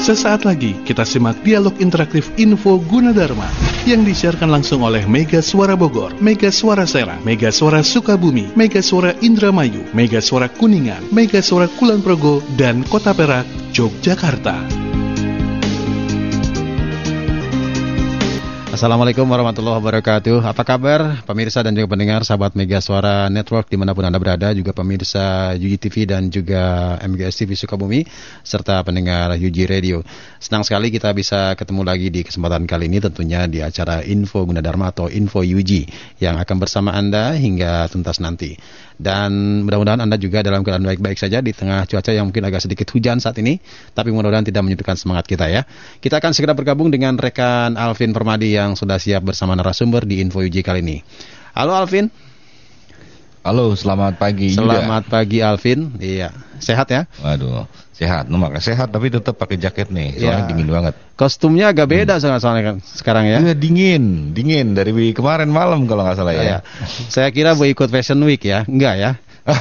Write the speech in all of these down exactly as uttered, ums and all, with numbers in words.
Sesaat lagi kita simak dialog interaktif Info Gunadarma yang disiarkan langsung oleh Mega Suara Bogor, Mega Suara Serang, Mega Suara Sukabumi, Mega Suara Indramayu, Mega Suara Kuningan, Mega Suara Kulon Progo, dan Kota Perak, Yogyakarta. Assalamualaikum warahmatullahi wabarakatuh. Apa kabar pemirsa dan juga pendengar sahabat Mega Suara Network dimanapun Anda berada, juga pemirsa U G T V dan juga M G S T V Sukabumi, serta pendengar U G Radio. Senang sekali kita bisa ketemu lagi di kesempatan kali ini, tentunya di acara Info Gunadarma atau Info U G yang akan bersama Anda hingga tuntas nanti. Dan mudah-mudahan Anda juga dalam keadaan baik-baik saja di tengah cuaca yang mungkin agak sedikit hujan saat ini, tapi mudah-mudahan tidak menyurutkan semangat kita ya. Kita akan segera bergabung dengan rekan Alvin Permadi yang sudah siap bersama narasumber di Info U G kali ini. Halo Alvin. Halo, selamat pagi. Selamat Yuda. Pagi Alvin. Iya, sehat ya? Waduh, sehat. Nomor sehat tapi tetap pakai jaket nih, soalnya ya. Dingin banget. Kostumnya agak beda hmm. soalnya kan sekarang ya. Iya, dingin, dingin dari kemarin malam kalau nggak salah ya. ya. Saya kira mau ikut Fashion Week ya, enggak ya?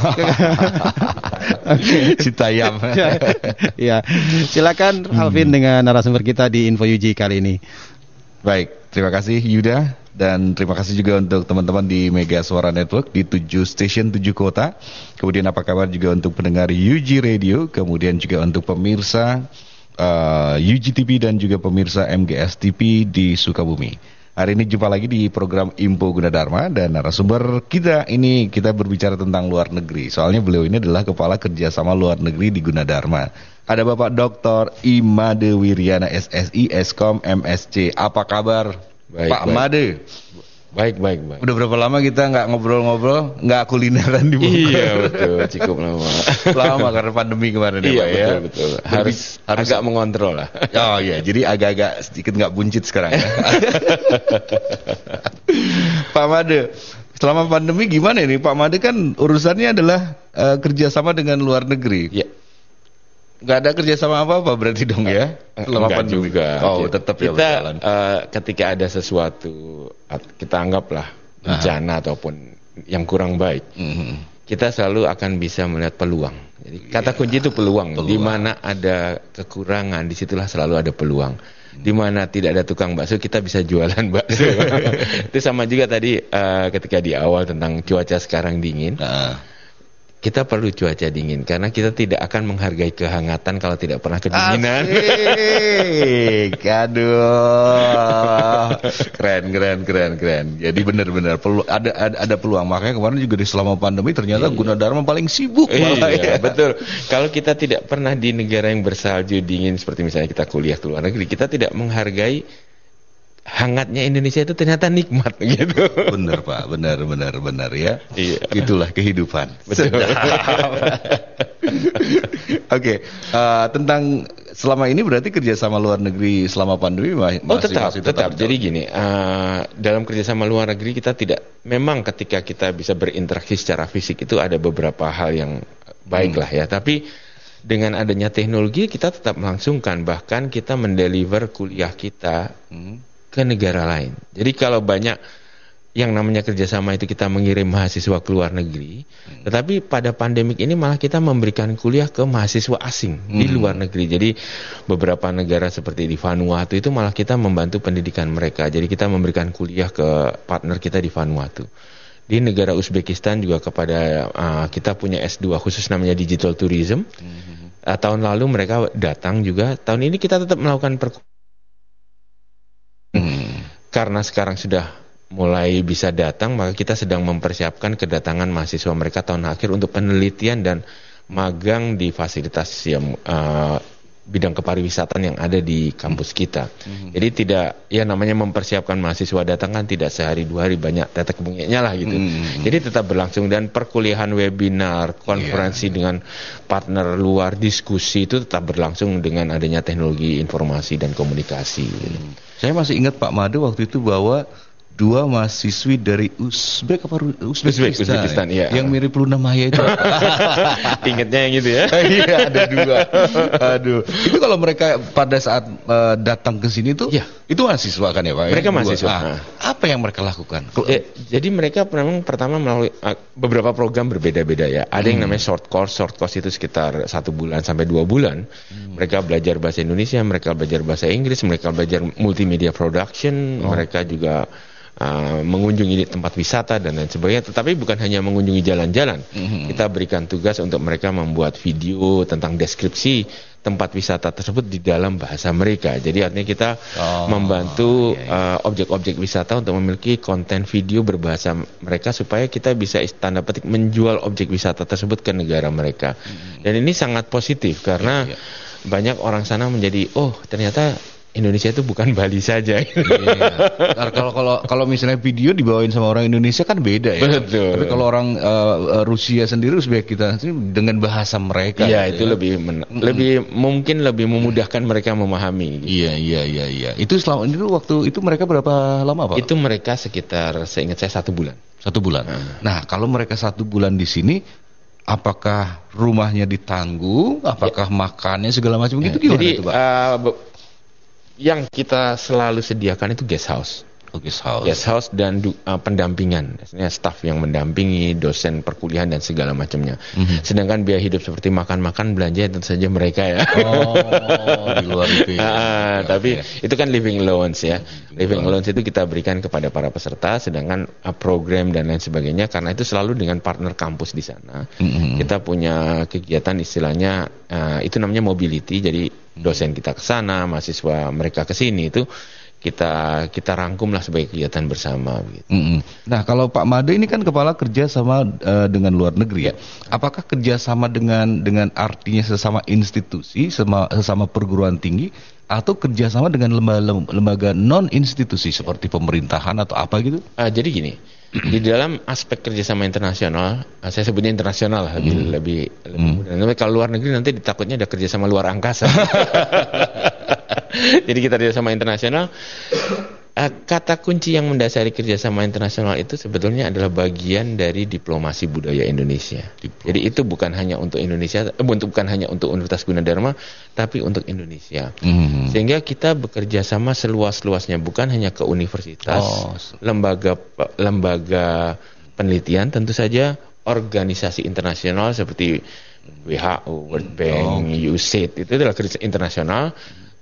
Okay. Si Tayam. Ya, silakan Alvin hmm. dengan narasumber kita di Info U G kali ini. Baik, terima kasih Yuda. Dan terima kasih juga untuk teman-teman di Mega Suara Network di tujuh stasiun tujuh kota. Kemudian apa kabar juga untuk pendengar U G Radio. Kemudian juga untuk pemirsa uh, U G T V dan juga pemirsa M G S T V di Sukabumi. Hari ini jumpa lagi di program Info Gunadarma. Dan narasumber kita ini kita berbicara tentang luar negeri. Soalnya beliau ini adalah Kepala Kerjasama Luar Negeri di Gunadarma. Ada Bapak Doktor Imade Wiryana S S I Eskom M S C. Apa kabar baik, Pak baik. Made? Baik, baik, baik. Udah berapa lama kita nggak ngobrol-ngobrol, nggak kulineran di Bogor? Iya betul, cukup lama. Lama karena pandemi kemarin ya, iya, Pak betul, ya. Betul, harus, harus agak mengontrol lah. Oh iya, jadi agak-agak sedikit nggak buncit sekarang ya. Pak Made, selama pandemi gimana ini? Pak Made kan urusannya adalah uh, kerjasama dengan luar negeri. Iya. Nggak ada kerjasama apa-apa berarti dong ya? Selama pandemi juga. Oh, ya. Tetap ya kita uh, ketika ada sesuatu kita anggaplah bencana ataupun yang kurang baik, mm-hmm. kita selalu akan bisa melihat peluang. Jadi kata yeah. kunci itu peluang. peluang. Di mana ada kekurangan, disitulah selalu ada peluang. Mm. Di mana tidak ada tukang bakso, kita bisa jualan bakso. Itu sama juga tadi uh, ketika di awal tentang cuaca sekarang dingin. Uh. Kita perlu cuaca dingin karena kita tidak akan menghargai kehangatan kalau tidak pernah kedinginan. Asik, aduh, keren, keren, keren, keren. Jadi benar-benar perlu ada, ada ada peluang. Makanya kemarin juga di selama pandemi ternyata iya. Gunadarma paling sibuk. Iya, ya. Betul. Kalau kita tidak pernah di negara yang bersalju dingin seperti misalnya kita kuliah ke luar negeri, kita tidak menghargai hangatnya Indonesia itu ternyata nikmat gitu. Benar Pak, benar benar benar ya. Iya. Itulah kehidupan. Betul. Oke, okay. uh, tentang selama ini berarti kerjasama luar negeri selama pandemi masih oh, tetap, masih tetap. tetap. Jadi gini, uh, dalam kerjasama luar negeri kita tidak, memang ketika kita bisa berinteraksi secara fisik itu ada beberapa hal yang baik hmm. lah ya. Tapi dengan adanya teknologi kita tetap melangsungkan, bahkan kita mendeliver kuliah kita. Hmm. ke negara lain. Jadi kalau banyak yang namanya kerjasama itu kita mengirim mahasiswa ke luar negeri, hmm. tetapi pada pandemik ini malah kita memberikan kuliah ke mahasiswa asing hmm. di luar negeri. Jadi beberapa negara seperti di Vanuatu itu malah kita membantu pendidikan mereka. Jadi kita memberikan kuliah ke partner kita di Vanuatu. Di negara Uzbekistan juga kepada uh, kita punya S dua khusus namanya Digital Tourism. Hmm. Uh, tahun lalu mereka datang juga. Tahun ini kita tetap melakukan perkuliahan. Hmm. Karena sekarang sudah mulai bisa datang, maka kita sedang mempersiapkan kedatangan mahasiswa mereka tahun akhir untuk penelitian dan magang di fasilitas yang uh, bidang kepariwisataan yang ada di kampus kita. Hmm. Jadi tidak, ya namanya mempersiapkan mahasiswa datang kan tidak sehari dua hari, banyak tetek bengeknya lah gitu. Hmm. Jadi tetap berlangsung dan perkuliahan webinar, konferensi yeah. dengan partner luar, diskusi itu tetap berlangsung dengan adanya teknologi informasi dan komunikasi. Hmm. Saya masih ingat Pak Made waktu itu bahwa dua mahasiswi dari Uzbek apa Uzbekistan, Uzbek, Uzbekistan ya. Yang mirip Luna Maya itu. Ingatnya yang gitu ya. Iya, ada dua. Aduh. Itu kalau mereka pada saat uh, datang ke sini tuh ya. Itu mahasiswa kan ya Pak? Mereka ya? mahasiswa. Ah, nah. Apa yang mereka lakukan? Ya, jadi mereka memang pertama melalui uh, beberapa program berbeda-beda ya. Ada hmm. yang namanya short course. Short course itu sekitar satu bulan sampai dua bulan. Hmm. Mereka belajar bahasa Indonesia, mereka belajar bahasa Inggris, mereka belajar multimedia production, oh. mereka juga Uh, mengunjungi tempat wisata dan lain sebagainya, tetapi bukan hanya mengunjungi jalan-jalan. Mm-hmm. Kita berikan tugas untuk mereka membuat video tentang deskripsi tempat wisata tersebut di dalam bahasa mereka. Jadi artinya kita oh, membantu iya, iya. Uh, objek-objek wisata untuk memiliki konten video berbahasa mereka supaya kita bisa tanda petik menjual objek wisata tersebut ke negara mereka. Mm-hmm. Dan ini sangat positif karena iya, iya. banyak orang sana menjadi oh ternyata Indonesia itu bukan Bali saja. Iya. Kalau kalau kalau misalnya video dibawain sama orang Indonesia kan beda ya. Betul. Tapi kalau orang uh, Rusia sendiri Uzbek kita dengan bahasa mereka. Iya, itu ya. lebih men- mm-hmm. lebih mungkin lebih memudahkan mereka memahami. Gitu. Iya, iya, iya, iya. Itu selama itu waktu itu mereka berapa lama, Pak? Itu mereka sekitar seingat saya satu bulan. Satu bulan. Hmm. Nah, kalau mereka satu bulan di sini, apakah rumahnya ditanggung? Apakah ya. makannya segala macam ya. gitu gimana Jadi, itu, Pak? Uh, be- yang kita selalu sediakan itu guest house. Oh, guest house. Guest house dan du, uh, pendampingan, maksudnya staf yang mendampingi, dosen perkuliahan dan segala macamnya. Mm-hmm. Sedangkan biaya hidup seperti makan-makan, belanja tentu saja mereka ya. Oh, di luar itu ya. uh, okay, tapi okay. itu kan living allowance ya. Mm-hmm. Living allowance itu kita berikan kepada para peserta, sedangkan uh, program dan lain sebagainya karena itu selalu dengan partner kampus di sana. Mm-hmm. Kita punya kegiatan istilahnya uh, itu namanya mobility. Jadi dosen kita ke sana, mahasiswa mereka ke sini itu kita kita rangkum lah sebagai kegiatan bersama gitu. Mm-hmm. Nah, kalau Pak Made ini kan kepala kerja sama uh, dengan luar negeri ya. Apakah kerjasama dengan dengan artinya sesama institusi, sesama, sesama perguruan tinggi, atau kerjasama dengan lembaga, lembaga non institusi seperti pemerintahan atau apa gitu? Uh, jadi gini, di dalam aspek kerjasama internasional, uh, saya sebutnya internasional lah, lebih mm. lebih, lebih mudah. Tapi kalau luar negeri nanti ditakutnya ada kerjasama luar angkasa. Jadi kita kerjasama internasional. Uh, kata kunci yang mendasari kerjasama internasional itu sebetulnya adalah bagian dari diplomasi budaya Indonesia. Diplomasi. Jadi itu bukan hanya untuk Indonesia, eh, bukan hanya untuk Universitas Gunadarma, tapi untuk Indonesia. Mm-hmm. Sehingga kita bekerja sama seluas-luasnya, bukan hanya ke universitas, oh. lembaga lembaga penelitian, tentu saja organisasi internasional seperti W H O, World Bank, oh. U S A I D itu adalah kerja internasional.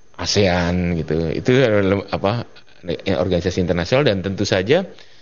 ASEAN gitu, itu apa organisasi internasional dan tentu saja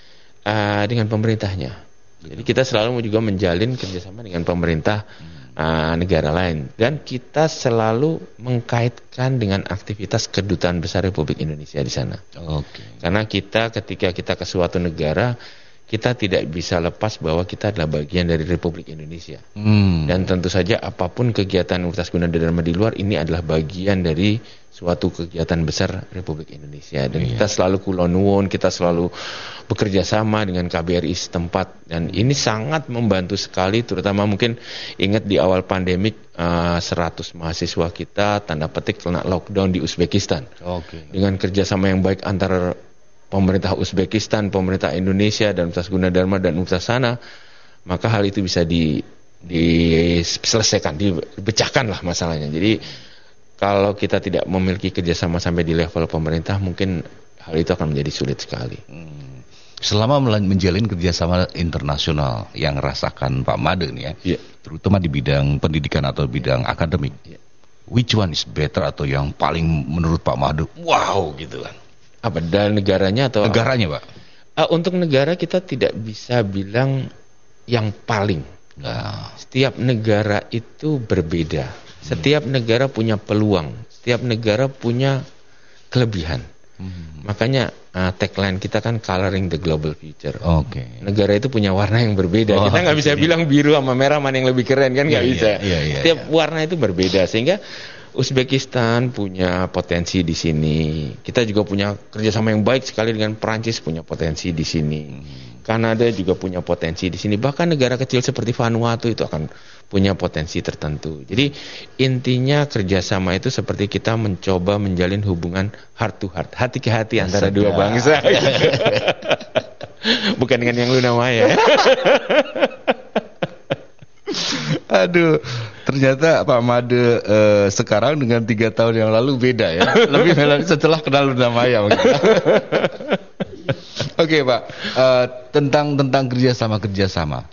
uh, dengan pemerintahnya. Jadi kita selalu juga menjalin kerjasama dengan pemerintah uh, negara lain dan kita selalu mengkaitkan dengan aktivitas kedutaan besar Republik Indonesia di sana. Okay. Karena kita ketika kita ke suatu negara kita tidak bisa lepas bahwa kita adalah bagian dari Republik Indonesia. Hmm. Dan tentu saja apapun kegiatan Universitas Gunadarma di luar ini adalah bagian dari suatu kegiatan besar Republik Indonesia. Dan iya. kita selalu kulonwon, kita selalu bekerja sama dengan K B R I setempat. Dan ini sangat membantu sekali, terutama mungkin ingat di awal pandemik uh, seratus mahasiswa kita tanda petik kena lockdown di Uzbekistan. Okay. Dengan kerjasama yang baik antara pemerintah Uzbekistan, pemerintah Indonesia dan Universitas Gunadarma dan Universitas sana, maka hal itu bisa di diselesaikan, dipecahkan lah masalahnya. Jadi kalau kita tidak memiliki kerjasama sampai di level pemerintah, mungkin hal itu akan menjadi sulit sekali. Hmm. Selama menjalin kerjasama internasional yang rasakan Pak Made nih ya, yeah. terutama di bidang pendidikan atau bidang yeah. akademik, yeah. which one is better atau yang paling menurut Pak Made, wow gitu kan? Apa dan negaranya atau negaranya Pak? Uh, untuk negara kita tidak bisa bilang yang paling. Nah. Setiap negara itu berbeda. Setiap hmm. negara punya peluang. Setiap negara punya kelebihan. Hmm. Makanya uh, tagline kita kan coloring the global future. Oke. Okay. Negara itu punya warna yang berbeda. Oh, kita nggak bisa ini. bilang biru sama merah mana yang lebih keren kan nggak yeah, bisa. Yeah, yeah, yeah, Setiap yeah. warna itu berbeda sehingga Uzbekistan punya potensi di sini. Kita juga punya kerjasama yang baik sekali dengan Perancis, punya potensi di sini. Kanada juga punya potensi di sini. Bahkan negara kecil seperti Vanuatu itu akan punya potensi tertentu. Jadi intinya kerjasama itu seperti kita mencoba menjalin hubungan heart to heart, hati ke hati antara Sedang. dua bangsa. Bukan dengan yang Luna Maya. Aduh. Ternyata Pak Made uh, sekarang dengan tiga tahun yang lalu beda ya. Lebih setelah kenal Luna Maya. Oke okay, Pak, uh, tentang tentang kerjasama kerjasama.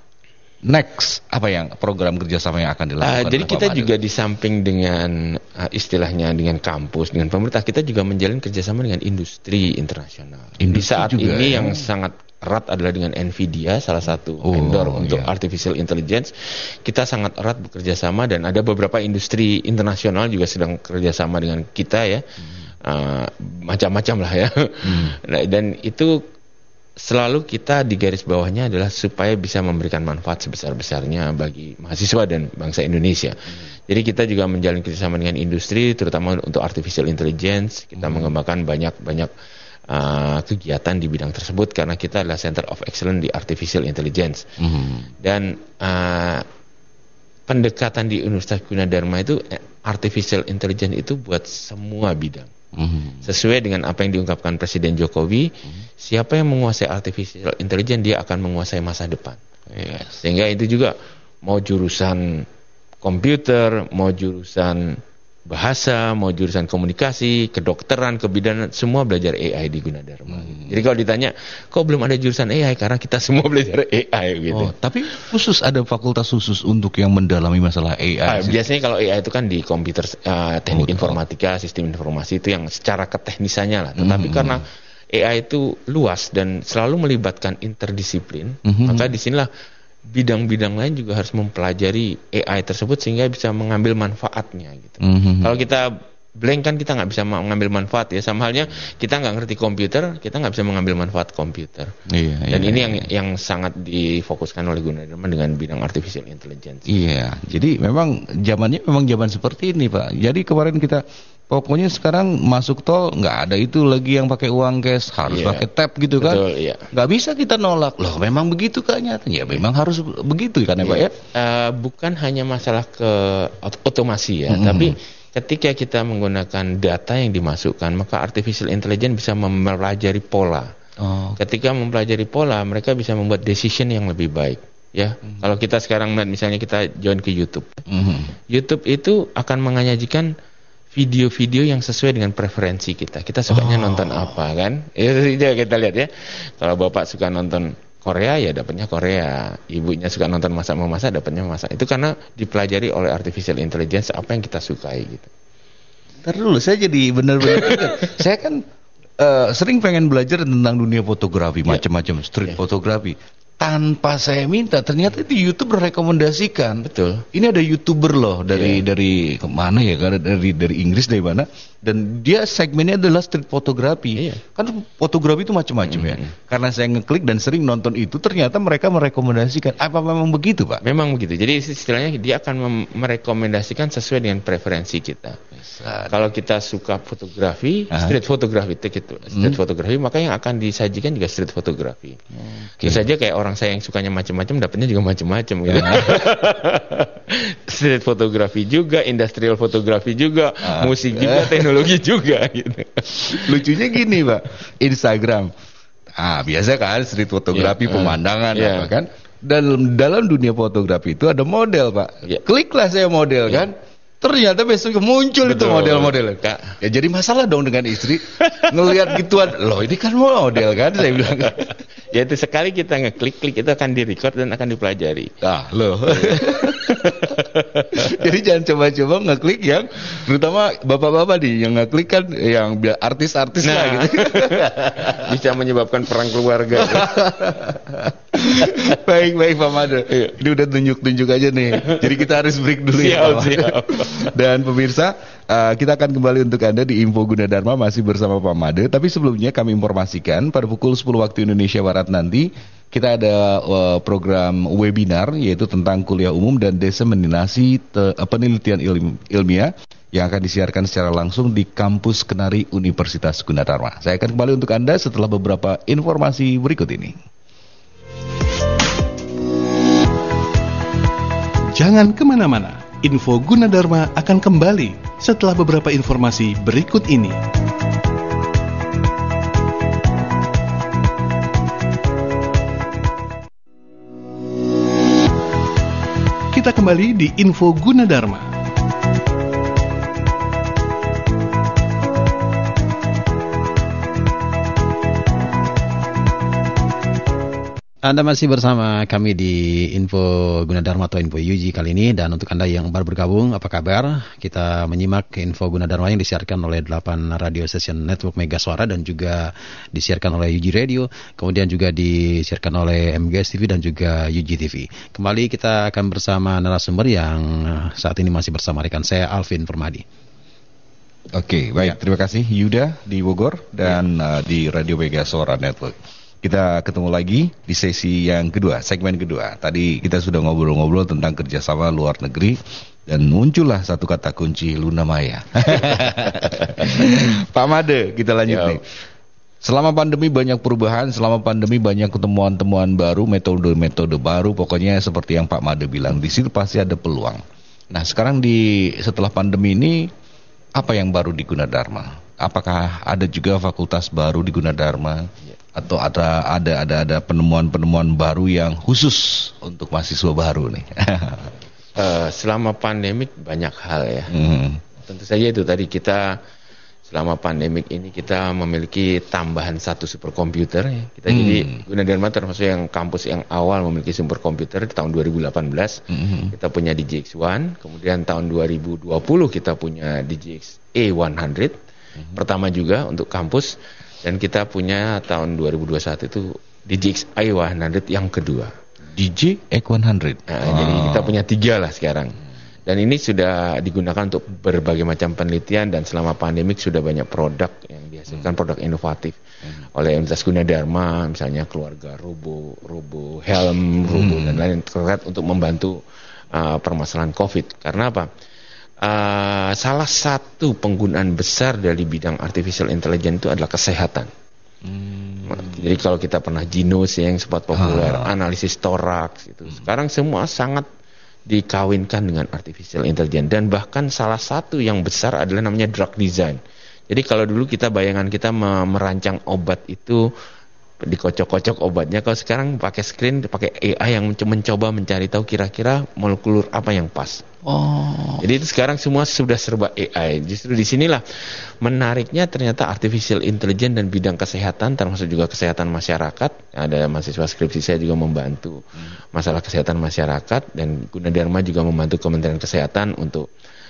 Next, apa yang program kerjasama yang akan dilakukan? Uh, jadi kita juga di samping dengan uh, istilahnya dengan kampus, dengan pemerintah, kita juga menjalin kerjasama dengan industri internasional. Industri di saat juga, ini ya? Yang sangat erat adalah dengan Nvidia, salah satu oh, vendor untuk yeah. artificial intelligence. Kita sangat erat bekerja sama dan ada beberapa industri internasional juga sedang kerjasama dengan kita ya, hmm. uh, macam-macam lah ya. Hmm. Nah, dan itu selalu kita di garis bawahnya adalah supaya bisa memberikan manfaat sebesar-besarnya bagi mahasiswa dan bangsa Indonesia. Hmm. Jadi kita juga menjalin kerjasama dengan industri, terutama untuk artificial intelligence. Kita hmm. mengembangkan banyak-banyak uh, kegiatan di bidang tersebut karena kita adalah Center of Excellence di artificial intelligence. Hmm. Dan uh, pendekatan di Universitas Gunadarma itu artificial intelligence itu buat semua bidang. Mm-hmm. Sesuai dengan apa yang diungkapkan Presiden Jokowi, mm-hmm. siapa yang menguasai artificial intelligence dia akan menguasai masa depan. Yes. Sehingga itu juga mau jurusan komputer, mau jurusan bahasa, mau jurusan komunikasi, kedokteran, kebidanan, semua belajar A I di Gunadarma. Hmm. Jadi kalau ditanya, kok belum ada jurusan A I? Karena kita semua belajar A I gitu. Oh, tapi khusus ada fakultas khusus untuk yang mendalami masalah A I? Ah, biasanya kalau A I itu kan di komputer, uh, teknik oh, informatika, sistem informasi itu yang secara keteknisannya lah. Tetapi hmm. karena A I itu luas dan selalu melibatkan interdisiplin, hmm. maka disinilah bidang-bidang lain juga harus mempelajari A I tersebut sehingga bisa mengambil manfaatnya gitu. Mm-hmm. Kalau kita blank kan kita nggak bisa mengambil manfaat ya. Sama halnya kita nggak ngerti komputer, kita nggak bisa mengambil manfaat komputer. Iya, Dan iya, ini iya. yang yang sangat difokuskan oleh Gunadarma dengan bidang artificial intelligence. Iya, jadi memang zamannya memang zaman seperti ini Pak. Jadi kemarin kita pokoknya sekarang masuk tol nggak ada itu lagi yang pakai uang cash, harus yeah. pakai tap gitu kan. Betul, iya. Nggak bisa kita nolak. Loh memang begitu kayaknya. Ya memang harus begitu kan ya Pak ya. Uh, bukan hanya masalah ke otomasi ya, mm-hmm. tapi ketika kita menggunakan data yang dimasukkan, maka artificial intelligence bisa mempelajari pola. Oh. Ketika mempelajari pola, mereka bisa membuat decision yang lebih baik. Ya, mm-hmm. kalau kita sekarang misalnya kita join ke YouTube, mm-hmm. YouTube itu akan menyajikan video-video yang sesuai dengan preferensi kita. Kita sukanya oh. nonton apa kan? Itu kita lihat ya. Kalau bapak suka nonton Korea ya dapatnya Korea. Ibunya suka nonton masak-memasak dapatnya masak. Itu karena dipelajari oleh artificial intelligence apa yang kita sukai gitu. Ntar dulu saya jadi benar-benar saya kan uh, sering pengen belajar tentang dunia fotografi, yeah. macam-macam street yeah. fotografi. Tanpa saya minta, ternyata di YouTube merekomendasikan. Betul. Ini ada YouTuber loh dari yeah. dari kemana ya? Dari dari Inggris dari mana? Dan dia segmennya adalah street fotografi. Yeah. Kan fotografi itu macam-macam mm-hmm. ya. Karena saya ngeklik dan sering nonton itu, ternyata mereka merekomendasikan. Apa memang begitu Pak? Memang begitu. Jadi istilahnya dia akan mem- merekomendasikan sesuai dengan preferensi kita. Besar. Kalau kita suka fotografi, Aha. street fotografi itu gitu. Street hmm. fotografi, maka yang akan disajikan juga street fotografi. Okay. Bisa saja kayak orang saya yang sukanya macam-macam dapatnya juga macam-macam gitu. Street fotografi juga, industrial fotografi juga, ah. musik juga, teknologi juga gitu. Lucunya gini Pak, Instagram. Ah, biasa kan street fotografi yeah. pemandangan yeah. apa kan? Dalam dalam dunia fotografi itu ada model Pak. Yeah. Kliklah saya model yeah. kan. Ternyata besok muncul Betul. Itu model-model. Kak. Ya jadi masalah dong dengan istri ngelihat gituan. Loh ini kan model kan saya bilang. Ya itu sekali kita ngeklik klik itu akan di-record dan akan dipelajari. Ah, loh. Jadi jangan coba-coba ngeklik yang terutama bapak-bapak nih yang ngeklik kan yang artis-artis nah. lah gitu. Bisa menyebabkan perang keluarga. Baik baik Pak Made. Ini udah tunjuk-tunjuk aja nih. Jadi kita harus break dulu siap, ya Pak Made. Dan pemirsa, uh, kita akan kembali untuk Anda di Info Gunadarma masih bersama Pak Made. Tapi sebelumnya kami informasikan pada pukul sepuluh waktu Indonesia Barat nanti kita ada uh, program webinar yaitu tentang kuliah umum dan diseminasi te- penelitian ilmi- ilmiah yang akan disiarkan secara langsung di kampus Kenari Universitas Gunadarma. Saya akan kembali untuk Anda setelah beberapa informasi berikut ini. Jangan kemana-mana, Info Gunadarma akan kembali setelah beberapa informasi berikut ini. Kita kembali di Info Gunadarma. Anda masih bersama kami di Info Gunadarma atau Info U G kali ini, dan untuk Anda yang baru bergabung, apa kabar? Kita menyimak Info Gunadarma yang disiarkan oleh delapan radio station network Mega Suara dan juga disiarkan oleh U G Radio, kemudian juga disiarkan oleh M G S T V dan juga U G T V. Kembali kita akan bersama narasumber yang saat ini masih bersama rekan saya, Alvin Permadi. Oke, baik. Ya. Terima kasih Yuda di Bogor dan ya. uh, di Radio Mega Suara Network. Kita ketemu lagi di sesi yang kedua, segmen kedua. Tadi kita sudah ngobrol-ngobrol tentang kerjasama luar negeri dan muncullah satu kata kunci, Luna Maya. Pak Made, kita lanjut Yo. nih. Selama pandemi banyak perubahan, selama pandemi banyak temuan-temuan baru, metode-metode baru, pokoknya seperti yang Pak Made bilang, di situ pasti ada peluang. Nah, sekarang di setelah pandemi ini, apa yang baru di Gunadarma? Apakah ada juga fakultas baru di Gunadarma? Atau ada ada ada ada penemuan-penemuan baru yang khusus untuk mahasiswa baru nih? uh, selama pandemik banyak hal ya. Hmm. Tentu saja itu tadi kita selama pandemik ini kita memiliki tambahan satu superkomputer ya. Kita hmm. jadi Gunadarma termasuk yang kampus yang awal memiliki superkomputer di tahun dua ribu delapan belas. Hmm. Kita punya D J X satu, kemudian tahun dua ribu dua puluh kita punya D J X A seratus. Hmm. Pertama juga untuk kampus. Dan kita punya tahun dua ribu dua puluh satu itu D J X A seratus yang kedua. D J X seratus. Nah, oh. Jadi kita punya tiga lah sekarang. Dan ini sudah digunakan untuk berbagai macam penelitian, dan selama pandemik sudah banyak produk yang dihasilkan, hmm. produk inovatif hmm. oleh Universitas Gunadarma, misalnya keluarga robo, robo helm, robo hmm. dan lain terkait untuk membantu uh, permasalahan COVID. Karena apa? Uh, salah satu penggunaan besar dari bidang artificial intelligence itu adalah kesehatan. Hmm. Jadi kalau kita pernah Genos yang sempat populer, ah. analisis toraks itu, hmm. sekarang semua sangat dikawinkan dengan artificial intelligence, dan bahkan salah satu yang besar adalah namanya drug design. Jadi kalau dulu kita bayangan kita merancang obat itu dikocok-kocok obatnya, kalau sekarang pakai screen, pakai A I yang mencoba mencari tahu kira-kira molekul apa yang pas. Oh. Jadi itu sekarang semua sudah serba A I. Justru di sinilah menariknya ternyata artificial intelligence dan bidang kesehatan, termasuk juga kesehatan masyarakat. Ada mahasiswa skripsi saya juga membantu hmm. masalah kesehatan masyarakat, dan Gunadarma juga membantu Kementerian Kesehatan untuk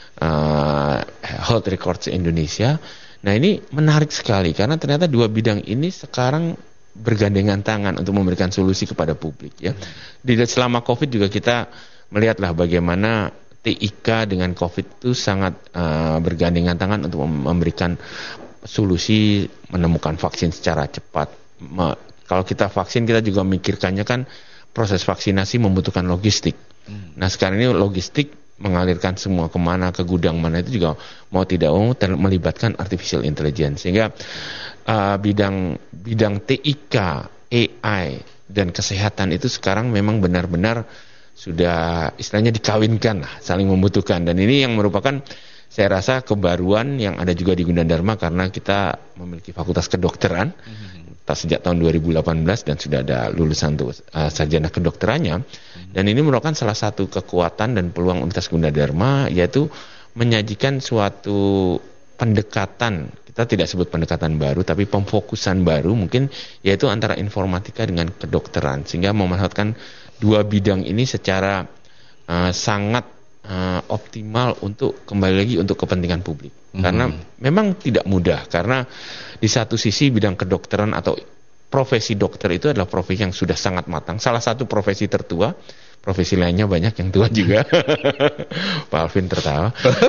uh, Health Records Indonesia. Nah, ini menarik sekali karena ternyata dua bidang ini sekarang bergandengan tangan untuk memberikan solusi kepada publik ya. Di selama Covid juga kita melihatlah bagaimana T I K dengan Covid itu sangat uh, bergandengan tangan untuk memberikan solusi, menemukan vaksin secara cepat. Me, kalau kita vaksin, kita juga memikirkannya kan proses vaksinasi membutuhkan logistik. Hmm. Nah, sekarang ini logistik mengalirkan semua kemana, ke gudang mana, itu juga mau tidak mau ter- melibatkan artificial intelligence, sehingga Uh, bidang bidang T I K, A I dan kesehatan itu sekarang memang benar-benar sudah istilahnya dikawinkan lah, saling membutuhkan. Dan ini yang merupakan saya rasa kebaruan yang ada juga di Gunadarma, karena kita memiliki fakultas kedokteran mm-hmm. sejak tahun dua ribu delapan belas dan sudah ada lulusan untuk uh, sarjana kedokterannya. Mm-hmm. Dan ini merupakan salah satu kekuatan dan peluang Universitas Gunadarma, yaitu menyajikan suatu pendekatan. Kita tidak sebut pendekatan baru, tapi pemfokusan baru mungkin, yaitu antara informatika dengan kedokteran, sehingga memanfaatkan dua bidang ini secara uh, sangat uh, optimal untuk kembali lagi untuk kepentingan publik. Mm-hmm. Karena memang tidak mudah, karena di satu sisi bidang kedokteran atau profesi dokter itu adalah profesi yang sudah sangat matang, salah satu profesi tertua. Profesi lainnya banyak yang tua juga. Pak Alvin tertawa.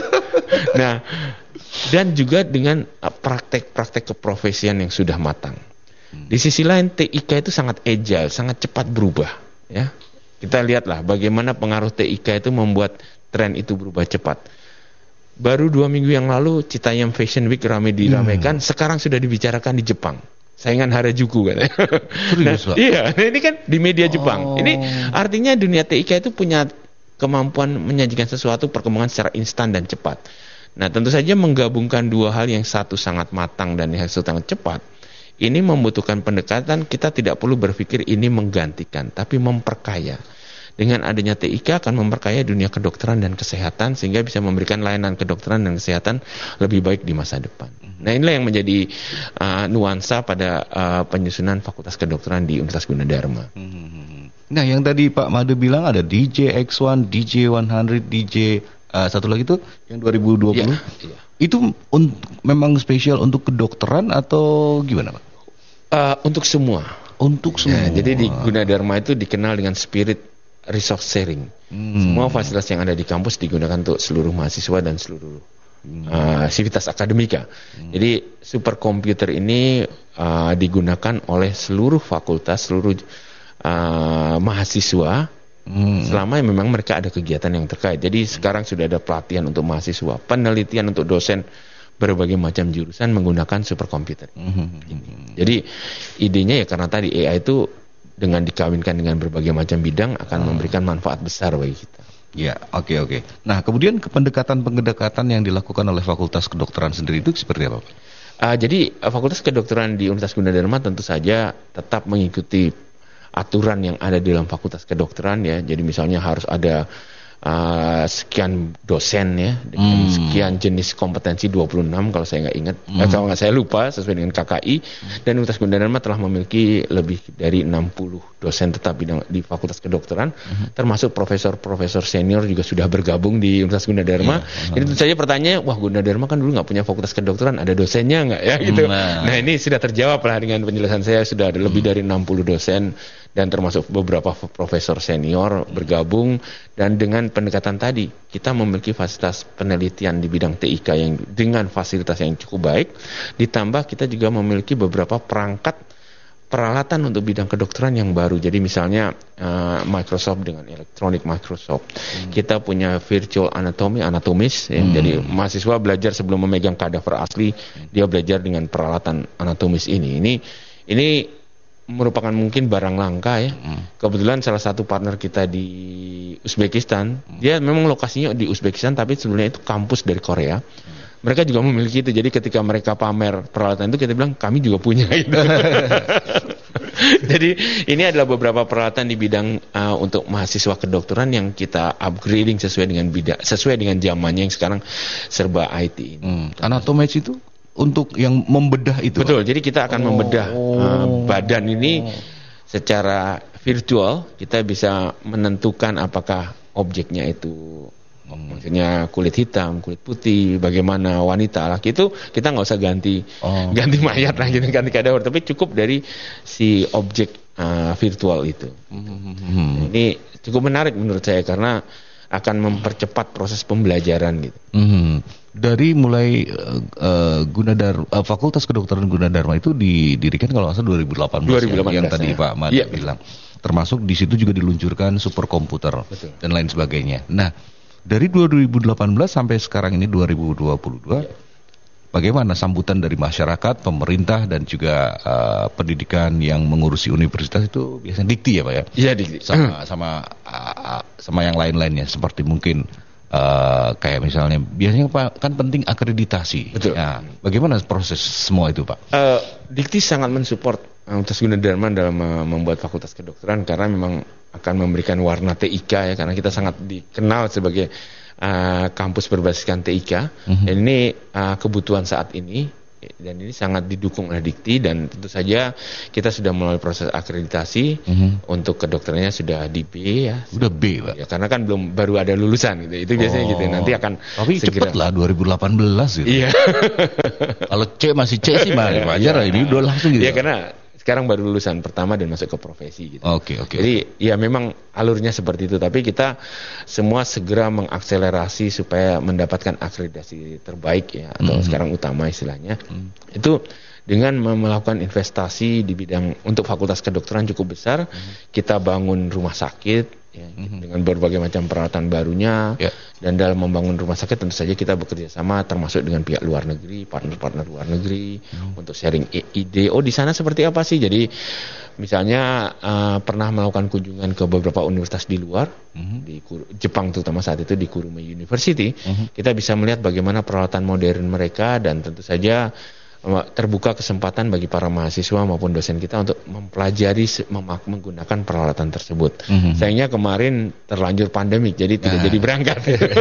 Nah, dan juga dengan praktek-praktek keprofesian yang sudah matang. Di sisi lain T I K itu sangat agile, sangat cepat berubah. Ya, kita lihatlah bagaimana pengaruh T I K itu membuat tren itu berubah cepat. Baru dua minggu yang lalu Citayam Fashion Week ramai diramaikan, hmm. sekarang sudah dibicarakan di Jepang. Saingan Harajuku kan. Nah, iya, ini kan di media Jepang. Oh. Ini artinya dunia T I K itu punya kemampuan menyajikan sesuatu perkembangan secara instan dan cepat. Nah, tentu saja menggabungkan dua hal, yang satu sangat matang dan yang satu sangat cepat. Ini membutuhkan pendekatan, kita tidak perlu berpikir ini menggantikan, tapi memperkaya. dengan adanya T I K akan memperkaya dunia kedokteran dan kesehatan sehingga bisa memberikan layanan kedokteran dan kesehatan lebih baik di masa depan. Nah, inilah yang menjadi uh, nuansa pada uh, penyusunan Fakultas Kedokteran di Universitas Gunadarma. Nah, yang tadi Pak Made bilang ada D J X satu, D J seratus, D J uh, satu lagi tuh yang dua ribu dua puluh. Ya, ya. Itu un- memang spesial untuk kedokteran atau gimana, Pak? Uh, untuk semua. Untuk semua. Ya, jadi di Gunadarma itu dikenal dengan spirit resource sharing. Hmm. Semua fasilitas yang ada di kampus digunakan untuk seluruh mahasiswa dan seluruh hmm. uh, sivitas akademika. Hmm. Jadi superkomputer ini uh, digunakan oleh seluruh fakultas, seluruh uh, mahasiswa hmm. selama memang mereka ada kegiatan yang terkait. Jadi hmm. sekarang sudah ada pelatihan untuk mahasiswa, penelitian untuk dosen berbagai macam jurusan menggunakan superkomputer. Hmm. Jadi idenya ya karena tadi A I itu dengan dikawinkan dengan berbagai macam bidang akan hmm. memberikan manfaat besar bagi kita. Ya, oke okay, oke. Okay. Nah, kemudian pendekatan-pendekatan yang dilakukan oleh Fakultas Kedokteran sendiri itu seperti apa, Pak? Uh, jadi Fakultas Kedokteran di Universitas Gunadarma tentu saja tetap mengikuti aturan yang ada di dalam Fakultas Kedokteran ya. Jadi misalnya harus ada Uh, sekian dosen ya dengan hmm. sekian jenis kompetensi dua puluh enam kalau saya nggak ingat hmm. eh, kalau nggak saya lupa sesuai dengan K K I hmm. dan Universitas Gunadarma telah memiliki lebih dari enam puluh dosen tetap bidang di Fakultas Kedokteran hmm. termasuk profesor-profesor senior juga sudah bergabung di Universitas Gunadarma. Yeah. Jadi tentu saja pertanyaannya, wah Gunadarma kan dulu nggak punya Fakultas Kedokteran, ada dosennya nggak ya gitu. Nah. nah ini sudah terjawab lah dengan penjelasan saya, sudah ada lebih hmm. dari enam puluh dosen dan termasuk beberapa profesor senior bergabung, dan dengan pendekatan tadi kita memiliki fasilitas penelitian di bidang T I K yang dengan fasilitas yang cukup baik, ditambah kita juga memiliki beberapa perangkat peralatan untuk bidang kedokteran yang baru. Jadi misalnya uh, Microsoft dengan elektronik Microsoft, hmm. kita punya virtual anatomy anatomis ya. hmm. Jadi mahasiswa belajar sebelum memegang kadaver asli, hmm. dia belajar dengan peralatan anatomis ini. Ini ini merupakan mungkin barang langka ya. Hmm. Kebetulan salah satu partner kita di Uzbekistan, hmm. dia memang lokasinya di Uzbekistan tapi sebenarnya itu kampus dari Korea. Hmm. Mereka juga memiliki itu. Jadi ketika mereka pamer peralatan itu, kita bilang kami juga punya gitu. Jadi ini adalah beberapa peralatan di bidang uh, untuk mahasiswa kedokteran yang kita upgrading sesuai dengan bidang, sesuai dengan zamannya yang sekarang serba I T ini. Hmm. Anatomis itu untuk yang membedah itu. Betul, Pak? Jadi kita akan oh. membedah uh, badan ini oh. secara virtual. Kita bisa menentukan apakah objeknya itu hmm. maksudnya kulit hitam, kulit putih, bagaimana wanita, laki itu kita nggak usah ganti oh. ganti mayat lagi, ganti kadaver, tapi cukup dari si objek uh, virtual itu. Hmm. Ini cukup menarik menurut saya karena akan mempercepat proses pembelajaran gitu. Hmm. Dari mulai uh, uh, Gunadar uh, Fakultas Kedokteran Gunadarma itu didirikan kalau nggak salah dua ribu delapan belas, dua ribu delapan belas ya, yang tadi ya. Pak Made ya, bilang. Termasuk di situ juga diluncurkan superkomputer Betul. dan lain sebagainya. Nah, dari dua ribu delapan belas sampai sekarang ini dua ribu dua puluh dua, ya. bagaimana sambutan dari masyarakat, pemerintah dan juga uh, pendidikan yang mengurusi universitas itu biasanya dikti ya Pak ya? Iya dikti. Sama sama uh, sama yang lain-lainnya seperti mungkin Uh, kayak misalnya biasanya Pak kan penting akreditasi. Betul. Nah, bagaimana proses semua itu Pak? Uh, Dikti sangat mensupport Universitas Gunadarma dalam uh, membuat Fakultas Kedokteran karena memang akan memberikan warna T I K ya, karena kita sangat dikenal sebagai uh, kampus berbasiskan T I K. Mm-hmm. Dan ini uh, kebutuhan saat ini. Dan ini sangat didukung oleh Dikti, dan tentu saja kita sudah melalui proses akreditasi mm-hmm. untuk kedokterannya sudah di B ya. Sudah B Pak. Ya, karena kan belum baru ada lulusan gitu. Itu biasanya oh. gitu. Nanti akan tapi segera. Cepet lah dua ribu delapan belas gitu. Iya. Kalau C masih C sih masih wajar lah, ini udah langsung gitu. Iya, karena sekarang baru lulusan pertama dan masuk ke profesi gitu. Oke, okay, oke. Okay, Jadi okay. ya memang alurnya seperti itu, tapi kita semua segera mengakselerasi supaya mendapatkan akreditasi terbaik ya, atau mm-hmm. sekarang utama istilahnya. Mm-hmm. Itu dengan melakukan investasi di bidang untuk Fakultas Kedokteran cukup besar. Mm-hmm. Kita bangun rumah sakit ya, mm-hmm. dengan berbagai macam peralatan barunya, yeah. dan dalam membangun rumah sakit tentu saja kita bekerja sama termasuk dengan pihak luar negeri, partner-partner luar negeri mm-hmm. untuk sharing ide. Oh di sana seperti apa sih? Jadi misalnya uh, pernah melakukan kunjungan ke beberapa universitas di luar, mm-hmm. di Kur- Jepang terutama saat itu di Kurume University, mm-hmm. kita bisa melihat bagaimana peralatan modern mereka, dan tentu saja terbuka kesempatan bagi para mahasiswa maupun dosen kita untuk mempelajari memak- menggunakan peralatan tersebut. Mm-hmm. Sayangnya kemarin terlanjur pandemik, jadi tidak nah. jadi berangkat.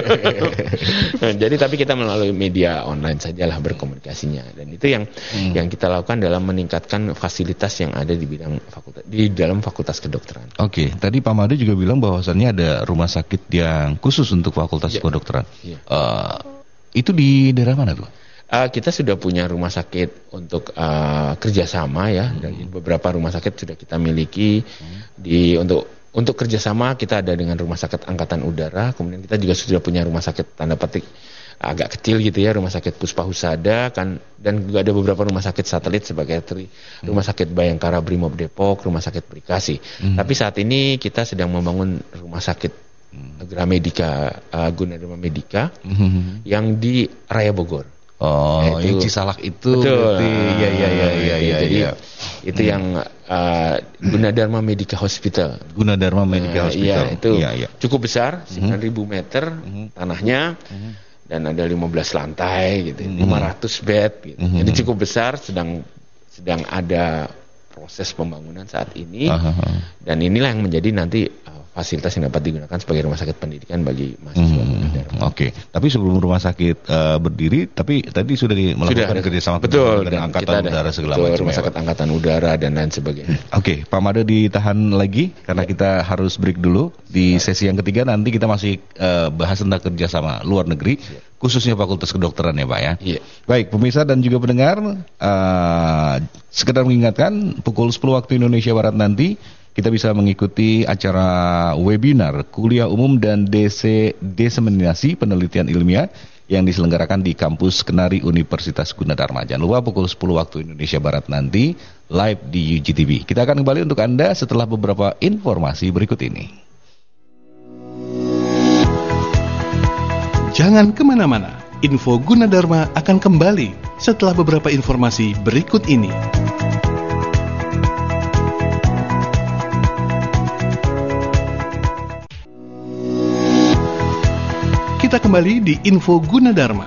Jadi tapi kita melalui media online sajalah berkomunikasinya, dan itu yang mm. yang kita lakukan dalam meningkatkan fasilitas yang ada di bidang fakultas di dalam fakultas kedokteran. Oke, okay. Tadi Pak Made juga bilang bahwasannya ada rumah sakit yang khusus untuk fakultas ya. kedokteran. Ya. Uh, itu di daerah mana tuh? Uh, kita sudah punya rumah sakit untuk uh, kerjasama ya, hmm. dari beberapa rumah sakit sudah kita miliki. hmm. di untuk untuk kerjasama kita ada dengan Rumah Sakit Angkatan Udara, kemudian kita juga sudah punya rumah sakit tanda petik agak kecil gitu ya, Rumah Sakit Puspa Husada kan, dan juga ada beberapa rumah sakit satelit sebagai tri, hmm. Rumah Sakit Bayangkara Brimob Depok, Rumah Sakit Bekasi. hmm. Tapi saat ini kita sedang membangun rumah sakit hmm. Gramedika uh, Gunadarma Medika hmm. yang di Raya Bogor. Oh, yaitu, yang Cisalak itu betul. Berarti ya ya ya ya ya. Jadi ya. itu hmm. yang uh, Gunadarma Medika Hospital. Gunadarma Medika uh, Hospital. Iya, itu ya, ya. cukup besar, sembilan ribu meter hmm. tanahnya. Hmm. Dan ada lima belas lantai gitu, hmm. lima ratus bed gitu. Hmm. Jadi cukup besar, sedang sedang ada proses pembangunan saat ini. Uh-huh. Dan inilah yang menjadi nanti uh, fasilitas yang dapat digunakan sebagai rumah sakit pendidikan bagi mahasiswa. Hmm. Oke, okay. Tapi sebelum rumah sakit uh, berdiri, tapi tadi sudah di, melakukan kerjasama betul, dengan Angkatan ada, Udara segala betul, macam. Rumah sakit Angkatan Udara dan lain sebagainya. Oke, okay. Pak Made ditahan lagi karena ya. kita harus break dulu. Di sesi yang ketiga nanti kita masih uh, bahas tentang kerjasama luar negeri, ya. khususnya Fakultas Kedokteran ya Pak ya. Iya. Baik, pemirsa dan juga pendengar, uh, sekedar mengingatkan pukul sepuluh waktu Indonesia Barat nanti kita bisa mengikuti acara webinar kuliah umum dan D C diseminasi penelitian ilmiah yang diselenggarakan di kampus Kenari Universitas Gunadarma. Jangan lupa pukul sepuluh waktu Indonesia Barat nanti live di U G T V. Kita akan kembali untuk Anda setelah beberapa informasi berikut ini. Jangan kemana-mana, info Gunadarma akan kembali setelah beberapa informasi berikut ini. Kita kembali di info Gunadarma.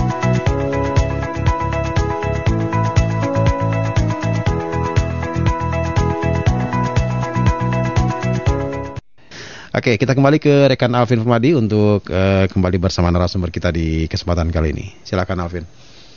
Oke, kita kembali ke rekan Alvin Permadi untuk uh, kembali bersama narasumber kita di kesempatan kali ini. Silakan Alvin.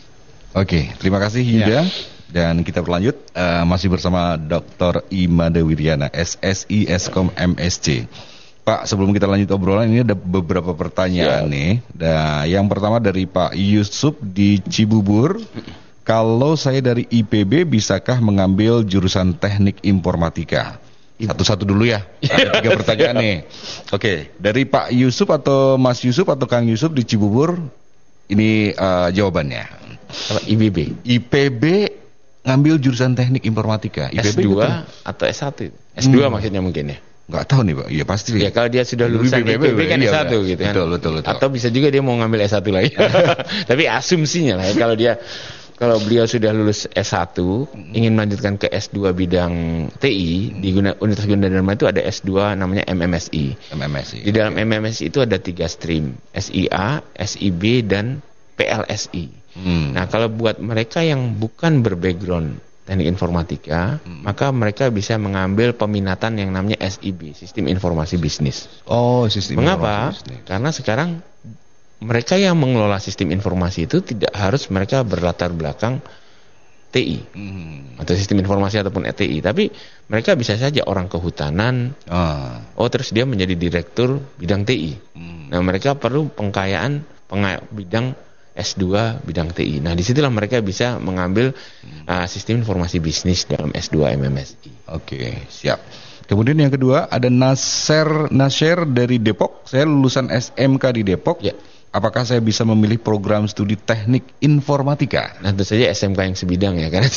Oke, terima kasih Yuda. Ya. Dan kita berlanjut uh, masih bersama Doktor Imade Wiryana, S S I Eskom M S C. Pak, sebelum kita lanjut obrolan ini ada beberapa pertanyaan ya. nih. Nah, yang pertama dari Pak Yusuf di Cibubur. Kalau saya dari I P B, bisakah mengambil jurusan teknik informatika? Satu-satu dulu ya. Ada tiga pertanyaan nih. Oke, dari Pak Yusuf atau Mas Yusuf atau Kang Yusuf di Cibubur, ini uh, jawabannya. I P B. I P B ngambil jurusan teknik informatika. I P B S dua gitu? Atau S satu? S dua hmm. maksudnya mungkin ya. Nggak tahu nih Pak, iya pasti. Ya kalau dia sudah lulusan I P B kan iya, S satu gitu kan. Betul, betul, betul. Atau bisa juga dia mau ngambil S satu lagi. Tapi asumsinya lah ya, kalau dia kalau beliau sudah lulus S satu, hmm. ingin melanjutkan ke S dua bidang T I, hmm. di Guna, Universitas Gunadarma itu ada S dua namanya M M S I. M M S I. Di dalam okay. M M S I itu ada tiga stream, S I A, S I B, dan P L S I. Hmm. Nah kalau buat mereka yang bukan berbackground teknik informatika, hmm. maka mereka bisa mengambil peminatan yang namanya S I B, Sistem Informasi Bisnis. Oh, Sistem Mengapa? Informasi Bisnis. Karena sekarang mereka yang mengelola sistem informasi itu tidak harus mereka berlatar belakang T I hmm. atau sistem informasi ataupun E T I, tapi mereka bisa saja orang kehutanan. Ah. Oh, terus dia menjadi direktur bidang T I. Hmm. Nah, mereka perlu pengkayaan pengay- bidang S dua bidang T I. Nah, disitulah mereka bisa mengambil hmm. uh, sistem informasi bisnis dalam S dua M M S I. Oke, siap. Kemudian yang kedua ada Nasir Nasir dari Depok. Saya lulusan S M K di Depok. Ya. Apakah saya bisa memilih program studi teknik informatika? Nah, tentu saja S M K yang sebidang ya, karena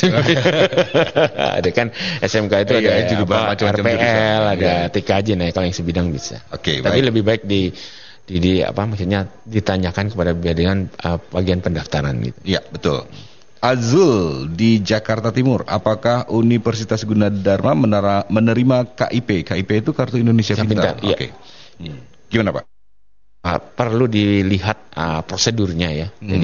ada kan S M K itu ada iya, apa, R P L, ada iya. T K J, nah kalau yang sebidang bisa. Oke, tapi baik. lebih baik di, di, di apa maksudnya ditanyakan kepada bagian uh, bagian pendaftaran gitu. Iya, betul. Azul di Jakarta Timur, apakah Universitas Gunadarma menera, menerima K I P? K I P itu Kartu Indonesia Pintar. Oke. Okay. Hmm. Gimana Pak? Uh, perlu dilihat uh, prosedurnya ya. Hmm. Jadi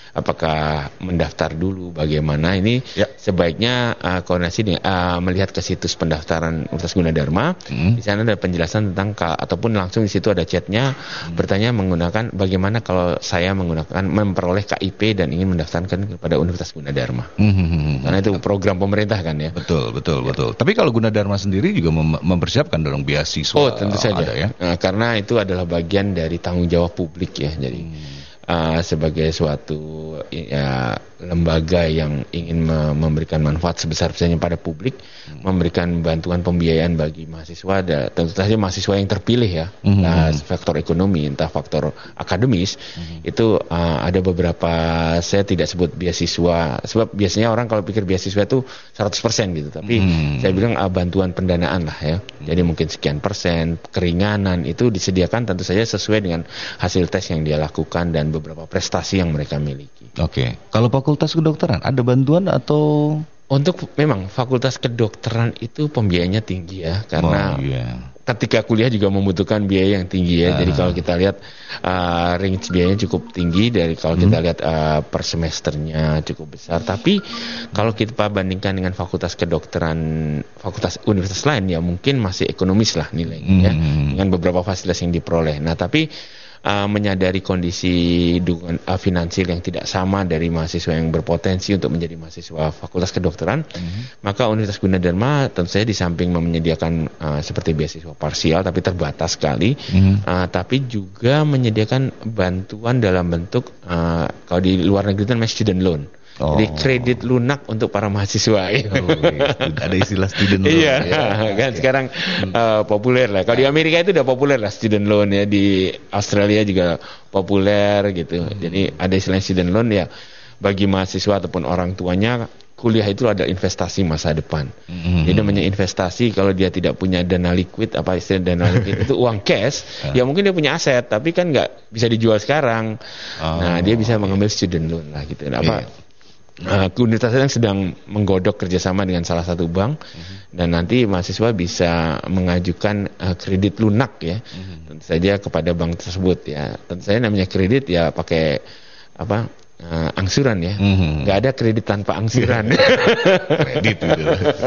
apakah mendaftar dulu, bagaimana ini Ya. sebaiknya uh, koordinasi dengan, uh, melihat ke situs pendaftaran Universitas Gunadarma. Hmm. Di sana ada penjelasan tentang ka, ataupun langsung di situ ada chatnya hmm. bertanya menggunakan bagaimana kalau saya menggunakan memperoleh K I P dan ingin mendaftarkan kepada Universitas Gunadarma. Hmm. Karena itu program pemerintah kan ya. Betul, betul, ya. betul. Tapi kalau Gunadarma sendiri juga mem- mempersiapkan dong beasiswa. Oh, tentu saja. Ada, ya? Nah, karena itu adalah bagian dari tanggung jawab publik ya. Jadi hmm. Uh, sebagai suatu ya, lembaga yang ingin me- memberikan manfaat sebesar-besarnya pada publik, hmm. memberikan bantuan pembiayaan bagi mahasiswa, ada, tentu saja mahasiswa yang terpilih ya, hmm. nah, faktor ekonomi, entah faktor akademis, hmm. itu uh, ada beberapa, saya tidak sebut beasiswa, sebab biasanya orang kalau pikir beasiswa itu seratus persen gitu, tapi hmm. saya bilang uh, bantuan pendanaan lah ya, hmm. jadi mungkin sekian persen, keringanan, itu disediakan tentu saja sesuai dengan hasil tes yang dia lakukan dan beberapa prestasi yang mereka miliki. Oke, okay. Kalau fakultas kedokteran ada bantuan atau? Untuk memang fakultas kedokteran itu pembiayanya tinggi ya, karena oh, yeah. ketika kuliah juga membutuhkan biaya yang tinggi ya. Uh. Jadi kalau kita lihat uh, range biayanya cukup tinggi dari kalau hmm. kita lihat uh, per semesternya cukup besar. Tapi kalau kita bandingkan dengan fakultas kedokteran, fakultas universitas lain ya mungkin masih ekonomis lah nilainya hmm. ya, dengan beberapa fasilitas yang diperoleh. Nah tapi Uh, menyadari kondisi dukungan uh, finansial yang tidak sama dari mahasiswa yang berpotensi untuk menjadi mahasiswa fakultas kedokteran, mm-hmm. maka Universitas Gunadarma tentu saja di samping menyediakan uh, seperti beasiswa parsial tapi terbatas sekali, mm-hmm. uh, tapi juga menyediakan bantuan dalam bentuk uh, kalau di luar negeri itu namanya student loan. Oh. Jadi kredit lunak untuk para mahasiswa. Oh, iya. Ada istilah student loan. Iya, ya. Kan sekarang uh, populer lah. Kalau di Amerika itu udah populer lah student loan ya, di Australia juga populer gitu. Hmm. Jadi ada istilah student loan ya bagi mahasiswa ataupun orang tuanya, kuliah itu ada investasi masa depan. Hmm. Jadi namanya investasi, kalau dia tidak punya dana liquid, apa istilah dana liquid itu uang cash, ya mungkin dia punya aset tapi kan nggak bisa dijual sekarang. Oh. Nah, dia bisa mengambil student loan lah gitu. Nah, apa? Yeah. Uh, Universitas yang sedang menggodok kerjasama dengan salah satu bank, uh-huh. dan nanti mahasiswa bisa mengajukan uh, kredit lunak ya, uh-huh. tentu saja kepada bank tersebut ya. Tentu saja namanya kredit ya pakai apa uh, angsuran ya, uh-huh. nggak ada kredit tanpa angsuran. Kredit. Gitu.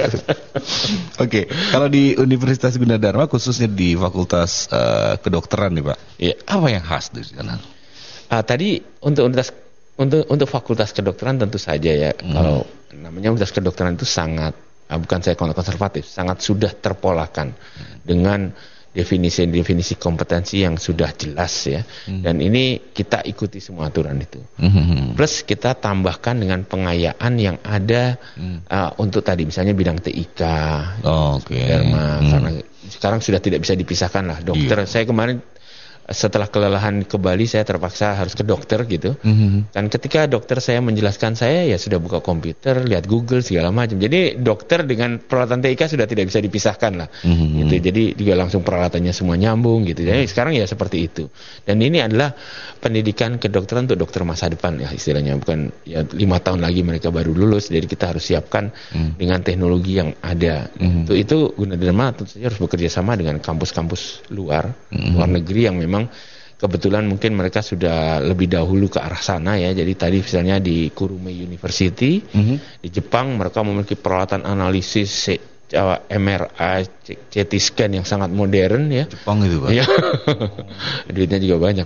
Oke, kalau di Universitas Gunadarma khususnya di Fakultas uh, Kedokteran nih Pak, yeah. apa yang khas di sana? Uh, tadi untuk Universitas Untuk untuk fakultas kedokteran tentu saja ya, hmm. kalau namanya fakultas kedokteran itu sangat, bukan saya konservatif, sangat sudah terpolakan hmm. dengan definisi-definisi kompetensi yang sudah jelas ya, hmm. dan ini kita ikuti semua aturan itu. Hmm. Plus kita tambahkan dengan pengayaan yang ada hmm. uh, untuk tadi misalnya bidang T I K, oh, okay. Derma, hmm. karena sekarang sudah tidak bisa dipisahkan lah dokter. Yeah. Saya kemarin setelah kelelahan ke Bali saya terpaksa harus ke dokter gitu. Mm-hmm. Dan ketika dokter saya menjelaskan, saya ya sudah buka komputer, lihat Google segala macam. Jadi dokter dengan peralatan T I K sudah tidak bisa dipisahkan lah. Mm-hmm. Gitu. Jadi juga langsung peralatannya semua nyambung gitu. Jadi mm-hmm. sekarang ya seperti itu. Dan ini adalah pendidikan kedokteran untuk dokter masa depan ya istilahnya. Bukan ya lima tahun lagi mereka baru lulus. Jadi kita harus siapkan mm-hmm. dengan teknologi yang ada. Mm-hmm. Untuk itu Gunadarma tentu saja harus bekerja sama dengan kampus-kampus luar, mm-hmm. luar negeri yang memang kebetulan mungkin mereka sudah lebih dahulu ke arah sana ya. Jadi tadi misalnya di Kurume University, mm-hmm. di Jepang mereka memiliki peralatan analisis M R I, C T scan yang sangat modern ya. Jepang itu Pak. Ya. Duitnya juga banyak.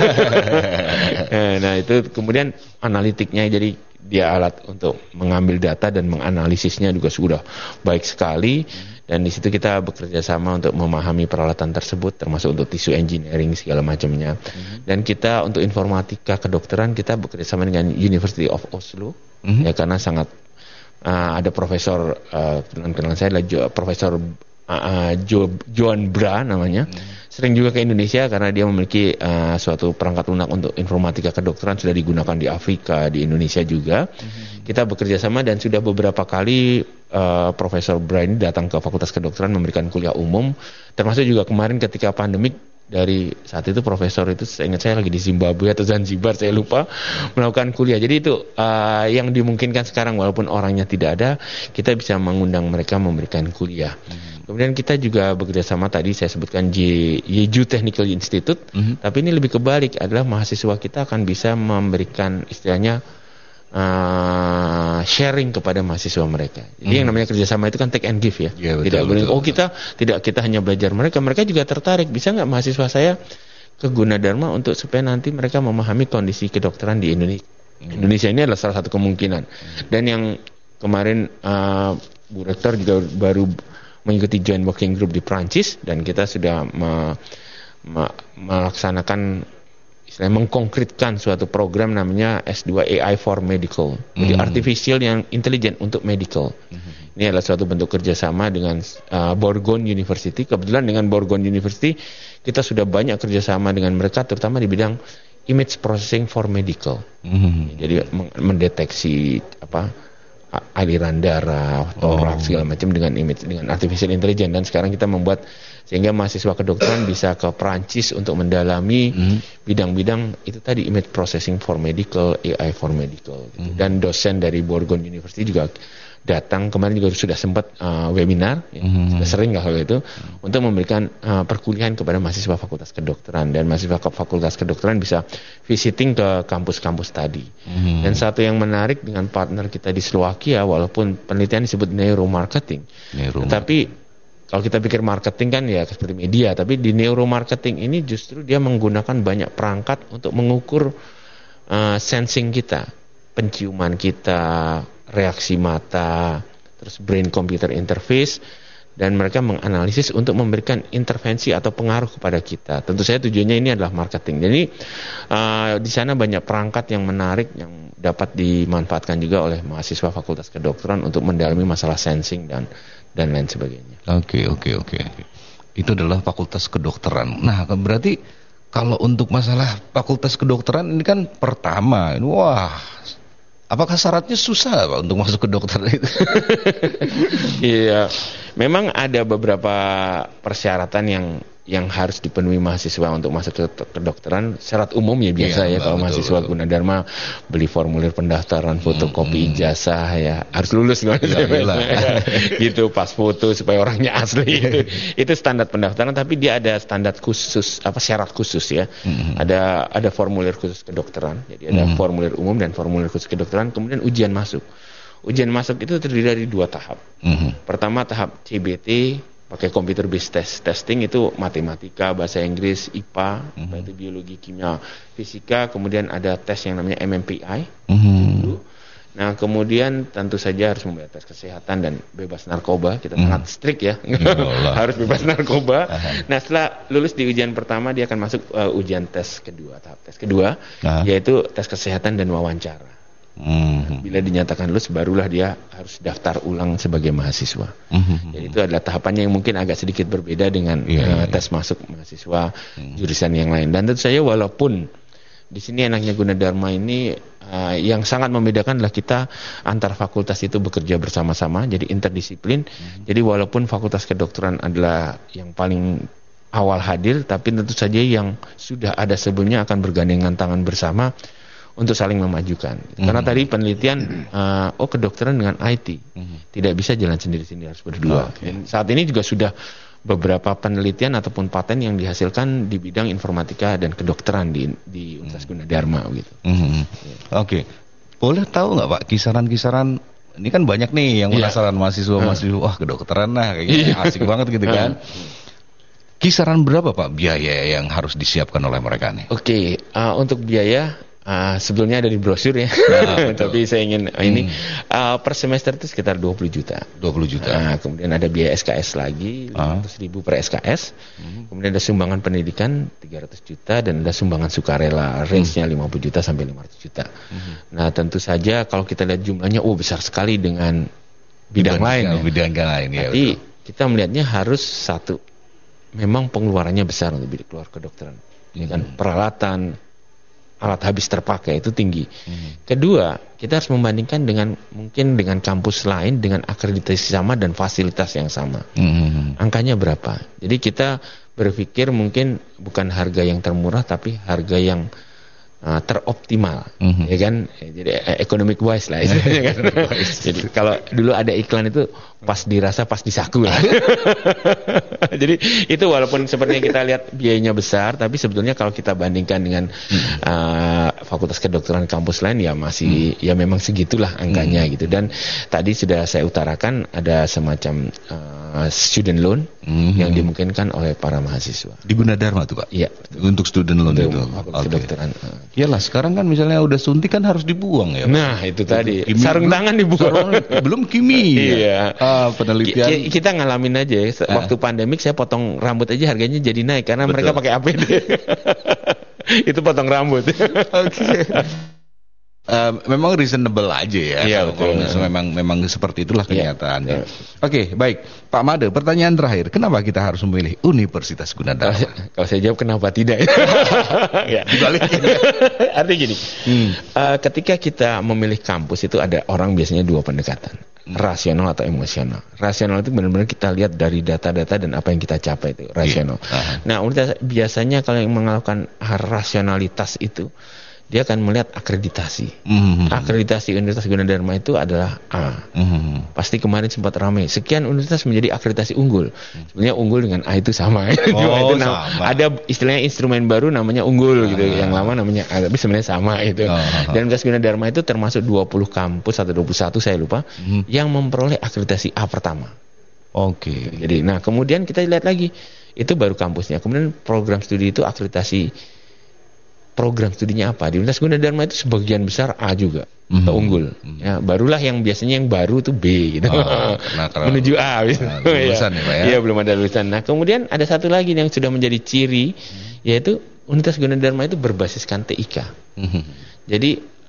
Nah itu kemudian analitiknya, jadi dia alat untuk mengambil data dan menganalisisnya juga sudah baik sekali. Dan di situ kita bekerja sama untuk memahami peralatan tersebut, termasuk untuk tissue engineering segala macamnya. Mm-hmm. Dan kita untuk informatika kedokteran kita bekerja sama dengan University of Oslo, mm-hmm. ya karena sangat uh, ada profesor uh, kenalan saya adalah jo, Profesor uh, uh, jo, Johan Bra namanya. Mm-hmm. Sering juga ke Indonesia karena dia memiliki uh, suatu perangkat lunak untuk informatika kedokteran, sudah digunakan di Afrika, di Indonesia juga. Mm-hmm. Kita bekerja sama dan sudah beberapa kali uh, Profesor Brian datang ke Fakultas Kedokteran memberikan kuliah umum, termasuk juga kemarin ketika pandemik dari saat itu profesor itu, saya ingat saya lagi di Zimbabwe atau Zanzibar, saya lupa, melakukan kuliah. Jadi itu uh, yang dimungkinkan sekarang, walaupun orangnya tidak ada, kita bisa mengundang mereka memberikan kuliah. Hmm. Kemudian kita juga bekerjasama, tadi saya sebutkan Jeju Technical Institute, hmm. tapi ini lebih kebalik, adalah mahasiswa kita akan bisa memberikan istilahnya Uh, sharing kepada mahasiswa mereka. Jadi hmm. yang namanya kerjasama itu kan take and give ya. Ya betul, tidak boleh. Oh kita tidak kita hanya belajar mereka, mereka juga tertarik. Bisa nggak mahasiswa saya ke Gunadarma untuk supaya nanti mereka memahami kondisi kedokteran di Indonesia. Hmm. Indonesia ini adalah salah satu kemungkinan. Hmm. Dan yang kemarin uh, Bu Rektor juga baru mengikuti joint working group di Prancis, dan kita sudah me, me, melaksanakan, istilahnya mengkonkretkan suatu program namanya S dua A I for Medical. Jadi mm-hmm. artificial yang intelligent untuk medical. Mm-hmm. Ini adalah suatu bentuk kerjasama dengan uh, Bourgogne University. Kebetulan dengan Bourgogne University kita sudah banyak kerjasama dengan mereka, terutama di bidang image processing for medical. Mm-hmm. Jadi mendeteksi apa aliran darah, toraks, oh. segala macam dengan image, dengan artificial intelligence. Dan sekarang kita membuat sehingga mahasiswa kedokteran bisa ke Perancis untuk mendalami hmm. bidang-bidang itu tadi, image processing for medical, A I for medical gitu. Hmm. Dan dosen dari Bourgogne University juga datang kemarin, juga sudah sempat uh, webinar ya, hmm. sudah sering kalau itu hmm. untuk memberikan uh, perkuliahan kepada mahasiswa fakultas kedokteran, dan mahasiswa fakultas kedokteran bisa visiting ke kampus-kampus tadi. Hmm. Dan satu yang menarik dengan partner kita di Slovakia, walaupun penelitian disebut neuromarketing, Neuro. Tetapi kalau kita pikir marketing kan ya seperti media, tapi di neuromarketing ini justru dia menggunakan banyak perangkat untuk mengukur uh, sensing kita, penciuman kita, reaksi mata, terus brain computer interface, dan mereka menganalisis untuk memberikan intervensi atau pengaruh kepada kita. Tentu saja tujuannya ini adalah marketing. Jadi uh, di sana banyak perangkat yang menarik yang dapat dimanfaatkan juga oleh mahasiswa fakultas kedokteran untuk mendalami masalah sensing dan dan lain sebagainya. Oke, oke, oke. Itu adalah fakultas kedokteran. Nah, berarti kalau untuk masalah fakultas kedokteran ini kan pertama, wah, apakah syaratnya susah Pak untuk masuk ke dokter itu? Iya, memang ada beberapa persyaratan yang yang harus dipenuhi mahasiswa untuk masuk ke kedokteran. Syarat umum ya biasa ya, ya kalau betul, mahasiswa betul. Gunadarma beli formulir pendaftaran, fotokopi hmm, ijazah ya, harus lulus ya, gitu, pas foto supaya orangnya asli itu, itu standar pendaftaran. Tapi dia ada standar khusus, apa syarat khusus ya, hmm. ada ada formulir khusus kedokteran. Jadi ada hmm. formulir umum dan formulir khusus kedokteran. Kemudian ujian masuk. Ujian masuk itu terdiri dari dua tahap. Hmm. Pertama tahap C B T, pakai computer based test. Testing itu matematika, bahasa Inggris, I P A, mm-hmm. itu biologi, kimia, fisika. Kemudian ada tes yang namanya M M P I. Mm-hmm. Nah kemudian tentu saja harus membayar tes kesehatan dan bebas narkoba. Kita mm-hmm. sangat strict ya, harus bebas narkoba. Nah setelah lulus di ujian pertama, dia akan masuk uh, ujian tes kedua, tahap tes kedua, uh-huh. yaitu tes kesehatan dan wawancara. Mm-hmm. Bila dinyatakan lulus, barulah dia harus daftar ulang sebagai mahasiswa. Mm-hmm. Jadi itu adalah tahapannya yang mungkin agak sedikit berbeda dengan yeah, uh, tes yeah. masuk mahasiswa mm-hmm. jurusan yang lain. Dan tentu saja walaupun di sini enaknya Gunadarma ini uh, yang sangat membedakan adalah kita antar fakultas itu bekerja bersama-sama, jadi interdisiplin. Mm-hmm. Jadi walaupun fakultas kedokteran adalah yang paling awal hadir, tapi tentu saja yang sudah ada sebelumnya akan bergandengan tangan bersama untuk saling memajukan. Mm-hmm. Karena tadi penelitian uh, oh kedokteran dengan I T mm-hmm. tidak bisa jalan sendiri-sendiri, harus berdua. Oh, okay. Dan saat ini juga sudah beberapa penelitian ataupun paten yang dihasilkan di bidang informatika dan kedokteran di di Universitas mm-hmm. Gunadarma gitu. Mm-hmm. Yeah. Oke. Okay. Boleh tahu nggak Pak kisaran-kisaran, ini kan banyak nih yang penasaran yeah. mahasiswa-mahasiswa, wah kedokteran nah kayak gitu, asik banget gitu kan. Kisaran berapa Pak biaya yang harus disiapkan oleh mereka nih? Oke, okay. uh, untuk biaya Uh, sebelumnya ada di brosur ya, nah, tapi saya ingin uh, ini hmm. uh, per semester itu sekitar dua puluh juta. dua puluh juta. Uh, kemudian ada biaya S K S lagi lima ratus ribu per S K S. Hmm. Kemudian ada sumbangan pendidikan tiga ratus juta dan ada sumbangan sukarela, range-nya hmm. lima puluh juta sampai lima ratus juta. Hmm. Nah, tentu saja kalau kita lihat jumlahnya oh besar sekali dengan bidang, bidang lain. Ya. Bidang lain ya. Tapi betul. Kita melihatnya harus satu, memang pengeluarannya besar untuk bidang keluar kedokteran. Ini kan hmm. peralatan, alat habis terpakai itu tinggi. Hmm. Kedua, kita harus membandingkan dengan mungkin dengan kampus lain dengan akreditasi sama dan fasilitas yang sama. Hmm. Angkanya berapa? Jadi kita berpikir mungkin bukan harga yang termurah tapi harga yang uh, teroptimal, mm-hmm. ya kan? Jadi uh, economic wise lah istilahnya kan. Jadi kalau dulu ada iklan itu pas dirasa pas disaku lah. Jadi itu walaupun sepertinya kita lihat biayanya besar, tapi sebetulnya kalau kita bandingkan dengan hmm. uh, fakultas kedokteran kampus lain ya masih hmm. ya memang segitulah angkanya hmm. gitu. Dan tadi sudah saya utarakan ada semacam uh, student loan hmm. yang dimungkinkan oleh para mahasiswa. Di Gunadarma tuh Pak? Iya. Untuk student loan untuk itu? Fakultas okay. kedokteran. Uh. Iyalah sekarang kan misalnya udah suntik kan harus dibuang ya Pak? Nah itu tadi, Kimi, sarung belum, tangan dibuang. Sarung, belum kimia. Iya. Ah, penelitian. K- kita ngalamin aja ya. Waktu pandemik saya potong rambut aja harganya jadi naik karena Betul. mereka pakai A P D. Itu potong rambut. Oke. Okay. Uh, memang reasonable aja ya. Iya, kalau betul. memang memang seperti itulah kenyataannya. Ya, ya. Oke, okay, baik. Pak Made, pertanyaan terakhir. Kenapa kita harus memilih Universitas Gunadarma? Kalau, kalau saya jawab kenapa tidak? Ya. Dibalikin. Artinya gini, hmm. uh, ketika kita memilih kampus itu ada orang biasanya dua pendekatan. Hmm. Rasional atau emosional. Rasional itu benar-benar kita lihat dari data-data dan apa yang kita capai itu rasional. Yeah. Nah, biasanya kalau yang melakukan rasionalitas itu dia akan melihat akreditasi. Mm-hmm. Akreditasi Universitas Gunadarma itu adalah A. Mm-hmm. Pasti kemarin sempat ramai. Sekian universitas menjadi akreditasi unggul. Mm-hmm. Sebenarnya unggul dengan A itu sama. Oh, itu nama, ada istilahnya instrumen baru namanya unggul gitu. Yang lama namanya A, tapi sebenarnya sama itu. Oh. Dan Universitas Gunadarma itu termasuk dua puluh kampus atau dua puluh satu saya lupa mm-hmm. yang memperoleh akreditasi A pertama. Oke. Okay. Jadi nah kemudian kita lihat lagi itu baru kampusnya. Kemudian program studi itu akreditasi program studinya apa? Di Universitas Gunadarma itu sebagian besar A juga, mm-hmm. atau unggul. Mm-hmm. Ya, barulah yang biasanya yang baru itu B gitu. Oh, nah, menuju A gitu. Nah, lulusan ya, Pak ya. Iya, belum ada lulusan. Nah, kemudian ada satu lagi yang sudah menjadi ciri mm-hmm. yaitu Universitas Gunadarma itu berbasiskan T I K. Mm-hmm. Jadi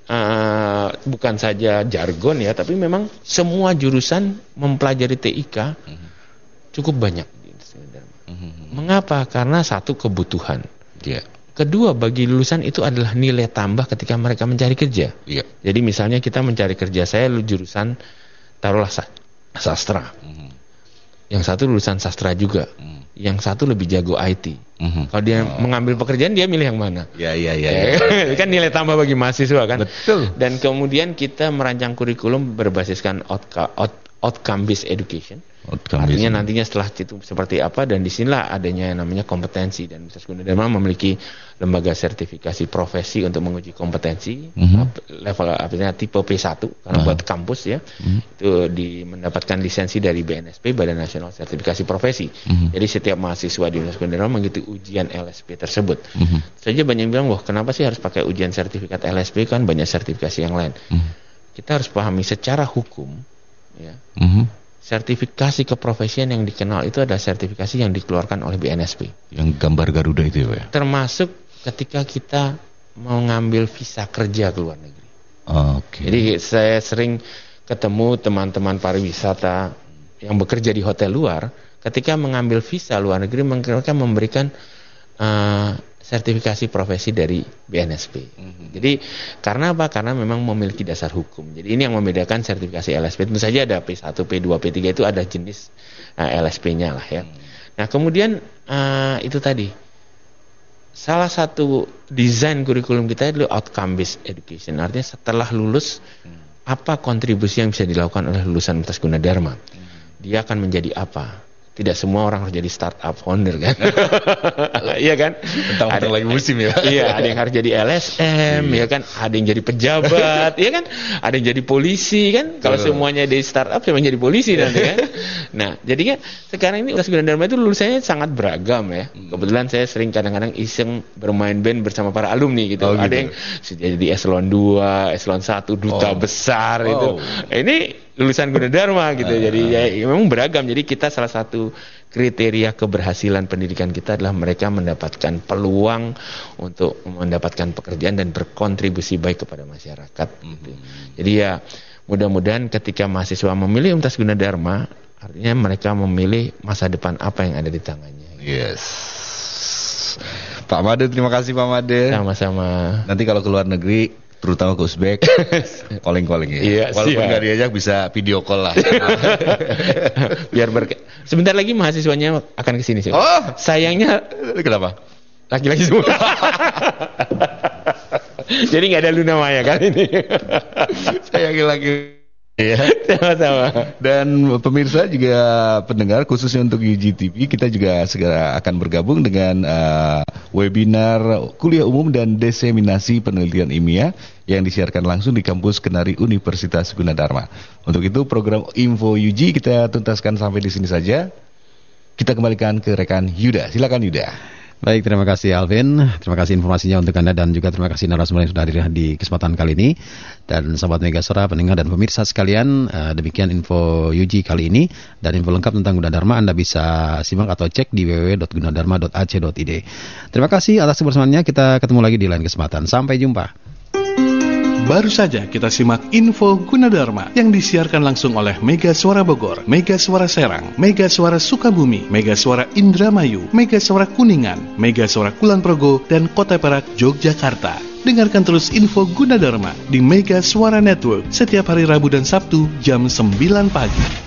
uh, bukan saja jargon ya, tapi memang semua jurusan mempelajari T I K mm-hmm. cukup banyak di Universitas Gunadarma. Mm-hmm. Mengapa? Karena satu kebutuhan. Iya. Yeah. Kedua, bagi lulusan itu adalah nilai tambah ketika mereka mencari kerja. Iya. Jadi misalnya kita mencari kerja, saya jurusan taruhlah sastra. Mm-hmm. Yang satu lulusan sastra juga. Mm. Yang satu lebih jago I T. Mm-hmm. Kalau dia oh. mengambil pekerjaan, dia milih yang mana? Iya, iya, iya. Ya. Kan nilai tambah bagi mahasiswa kan. Betul. Dan kemudian kita merancang kurikulum berbasiskan outcome, out, outcome based education. Outcome Artinya based. Nantinya setelah itu seperti apa, dan disinilah adanya yang namanya kompetensi. Dan Universitas Gunadarma memiliki lembaga sertifikasi profesi untuk menguji kompetensi mm-hmm. level artinya tipe P satu karena uh-huh. buat kampus ya mm-hmm. itu di mendapatkan lisensi dari B N S P, Badan Nasional Sertifikasi Profesi. Mm-hmm. Jadi setiap mahasiswa di Universitas Gunadarma mengikuti ujian L S P tersebut. Mm-hmm. Saja banyak yang bilang, wah kenapa sih harus pakai ujian sertifikat L S P, kan banyak sertifikasi yang lain. Mm-hmm. Kita harus pahami secara hukum ya. Mm-hmm. Sertifikasi keprofesian yang dikenal itu adalah sertifikasi yang dikeluarkan oleh B N S P. Yang gambar Garuda itu ya? Termasuk ketika kita mau ngambil visa kerja ke luar negeri. Oh, oke. Okay. Jadi saya sering ketemu teman-teman pariwisata yang bekerja di hotel luar, ketika mengambil visa luar negeri mereka memberikan uh, sertifikasi profesi dari B N S P. Mm-hmm. Jadi karena apa? Karena memang memiliki dasar hukum. Jadi ini yang membedakan sertifikasi L S P. Tentu saja ada P satu, P dua, P tiga itu ada jenis uh, L S P-nya lah ya. Mm-hmm. Nah kemudian uh, itu tadi salah satu desain kurikulum kita adalah outcome based education. Artinya setelah lulus mm-hmm. apa kontribusi yang bisa dilakukan oleh lulusan Universitas Gunadarma? Mm-hmm. Dia akan menjadi apa? Tidak semua orang harus jadi startup founder kan. Iya kan? Ada lagi musim ya. Iya, ada yang harus jadi L S M ya kan, ada yang jadi pejabat, ya kan? Ada yang jadi polisi kan? Kalau semuanya di startup siapa yang jadi polisi nanti kan? Nah, jadi kan sekarang ini Universitas Gunadarma itu lulusannya sangat beragam ya. Kebetulan saya sering kadang-kadang iseng bermain band bersama para alumni gitu. Oh, gitu. Ada yang sudah jadi eselon dua, eselon satu, duta oh. besar oh. itu. Ini lulusan Gunadarma gitu. Uh, Jadi ya, memang beragam. Jadi kita salah satu kriteria keberhasilan pendidikan kita adalah mereka mendapatkan peluang untuk mendapatkan pekerjaan dan berkontribusi baik kepada masyarakat gitu. Jadi ya mudah-mudahan ketika mahasiswa memilih Universitas Gunadarma, artinya mereka memilih masa depan apa yang ada di tangannya. Yes. Pak Made, terima kasih Pak Made. Sama-sama. Nanti kalau ke luar negeri terutama ke Uzbek, calling-calling ya. Iya, walaupun siap. nggak diajak bisa video call lah. Biar berke... Sebentar lagi mahasiswanya akan ke sini sih. Oh, sayangnya kenapa? laki-laki semua. Jadi nggak ada Luna Maya kali ini. Saya lagi. Ya. Sama-sama. Dan pemirsa juga pendengar khususnya untuk U G T V, kita juga segera akan bergabung dengan uh, webinar kuliah umum dan diseminasi penelitian ilmiah yang disiarkan langsung di kampus Kenari Universitas Gunadarma. Untuk itu program Info U G kita tuntaskan sampai di sini saja. Kita kembalikan ke rekan Yuda. Silakan Yuda. Baik, terima kasih Alvin. Terima kasih informasinya untuk Anda dan juga terima kasih narasumber yang sudah hadir di kesempatan kali ini. Dan sahabat Mega Suara, pendengar dan pemirsa sekalian, uh, demikian info U G kali ini. Dan info lengkap tentang Gunadarma Anda bisa simak atau cek di w w w dot gunadarma dot a c dot i d. Terima kasih atas kebersamaannya. Kita ketemu lagi di lain kesempatan. Sampai jumpa. Baru saja kita simak info Gunadarma yang disiarkan langsung oleh Mega Suara Bogor, Mega Suara Serang, Mega Suara Sukabumi, Mega Suara Indramayu, Mega Suara Kuningan, Mega Suara Kulon Progo, dan Kota Perak, Yogyakarta. Dengarkan terus info Gunadarma di Mega Suara Network setiap hari Rabu dan Sabtu jam sembilan pagi.